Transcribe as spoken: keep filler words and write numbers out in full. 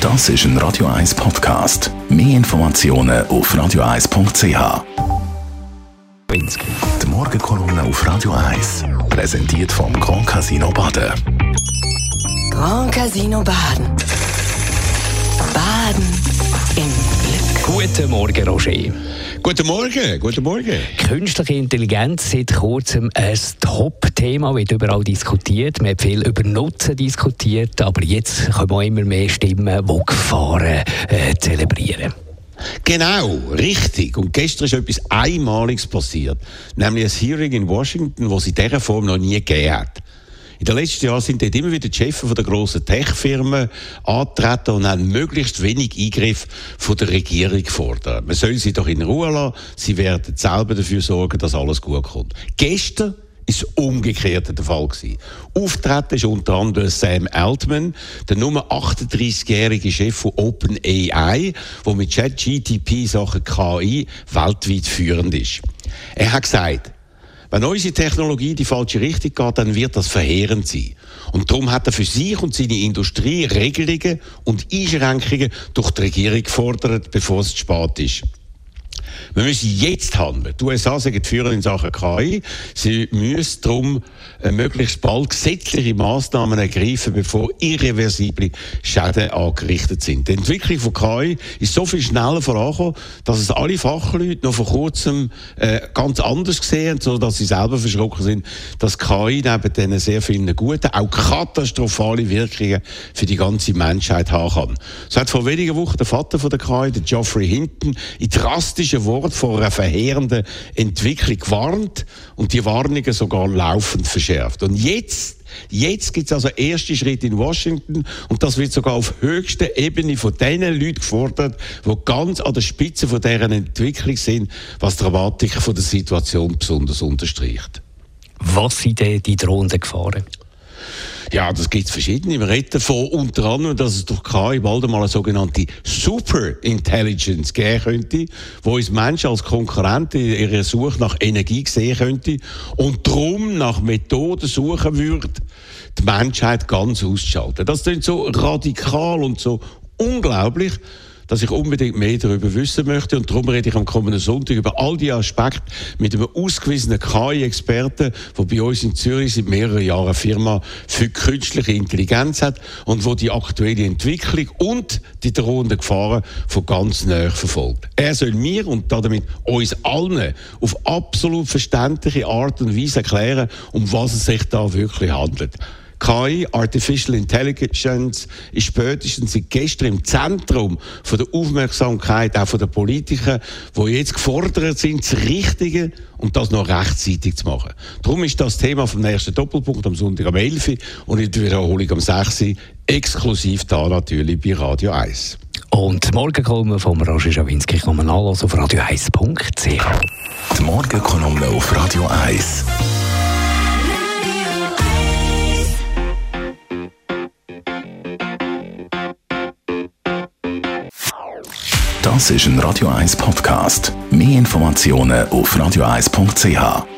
Das ist ein Radio eins Podcast. Mehr Informationen auf radio eins punkt c h. Die Morgenkolumne auf Radio eins. Präsentiert vom Grand Casino Baden. Grand Casino Baden. Baden im Glück. Guten Morgen, Roger. Guten Morgen, guten Morgen. Künstliche Intelligenz seit kurzem ein Top-Thema, wird überall diskutiert. Man hat viel über Nutzen diskutiert, aber jetzt kommen auch immer mehr Stimmen, die Gefahren äh, zelebrieren. Genau, richtig. Und gestern ist etwas Einmaliges passiert. Nämlich ein Hearing in Washington, das es in dieser Form noch nie gegeben hat. In den letzten Jahren sind dort immer wieder die Chefs der grossen Tech-Firmen angetreten und haben möglichst wenig Eingriff von der Regierung gefordert. Man soll sie doch in Ruhe lassen, sie werden selber dafür sorgen, dass alles gut kommt. Gestern ist das Umgekehrte der Fall gewesen. Auftreten ist unter anderem Sam Altman, der Nummer achtunddreißigjährige Chef von OpenAI, der mit ChatGPT Sachen K I weltweit führend ist. Er hat gesagt, wenn unsere Technologie in die falsche Richtung geht, dann wird das verheerend sein. Und darum hat er für sich und seine Industrie Regelungen und Einschränkungen durch die Regierung gefordert, bevor es zu spät ist. Wir müssen jetzt handeln. Die U S A sind die Führer in Sachen K I. Sie müssen darum äh, möglichst bald gesetzliche Massnahmen ergreifen, bevor irreversible Schäden angerichtet sind. Die Entwicklung von K I ist so viel schneller vorangekommen, dass es alle Fachleute noch vor kurzem äh, ganz anders gesehen, so dass sie selber verschrocken sind, dass K I neben diesen sehr vielen guten, auch katastrophale Wirkungen für die ganze Menschheit haben kann. So hat vor wenigen Wochen der Vater von der K I, der Geoffrey Hinton, in drastischen Wort vor einer verheerenden Entwicklung gewarnt und die Warnungen sogar laufend verschärft. Und jetzt, jetzt gibt es also erste Schritte in Washington und das wird sogar auf höchster Ebene von den Leuten gefordert, die ganz an der Spitze von deren Entwicklung sind, was die Dramatik von der Situation besonders unterstreicht. Was sind denn die drohenden Gefahren? Ja, das gibt es verschiedene. Wir reden davon unter anderem, dass es durch K I bald einmal eine sogenannte Superintelligence geben könnte, wo uns Menschen als Konkurrent in ihrer Suche nach Energie sehen könnte und darum nach Methoden suchen würde, die Menschheit ganz auszuschalten. Das klingt so radikal und so unglaublich, dass ich unbedingt mehr darüber wissen möchte. Und darum rede ich am kommenden Sonntag über all die Aspekte mit einem ausgewiesenen K I-Experten, der bei uns in Zürich seit mehreren Jahren eine Firma für künstliche Intelligenz hat und wo die aktuelle Entwicklung und die drohenden Gefahren von ganz nahe verfolgt. Er soll mir und damit uns allen auf absolut verständliche Art und Weise erklären, um was es sich da wirklich handelt. K I, Artificial Intelligence, ist spätestens seit gestern im Zentrum von der Aufmerksamkeit auch von den Politikern, die jetzt gefordert sind, das Richtige und das noch rechtzeitig zu machen. Darum ist das Thema vom nächsten Doppelpunkt am Sonntag am elf Uhr und in der Wiederholung am sechs Uhr exklusiv da natürlich bei Radio eins. Und morgen kommen vom Roger Schawinski kann man nachlesen auf radio eins punkt c h. Die Morgenkolumne auf Radio eins. Das ist ein Radio eins Podcast. Mehr Informationen auf radio eins punkt c h.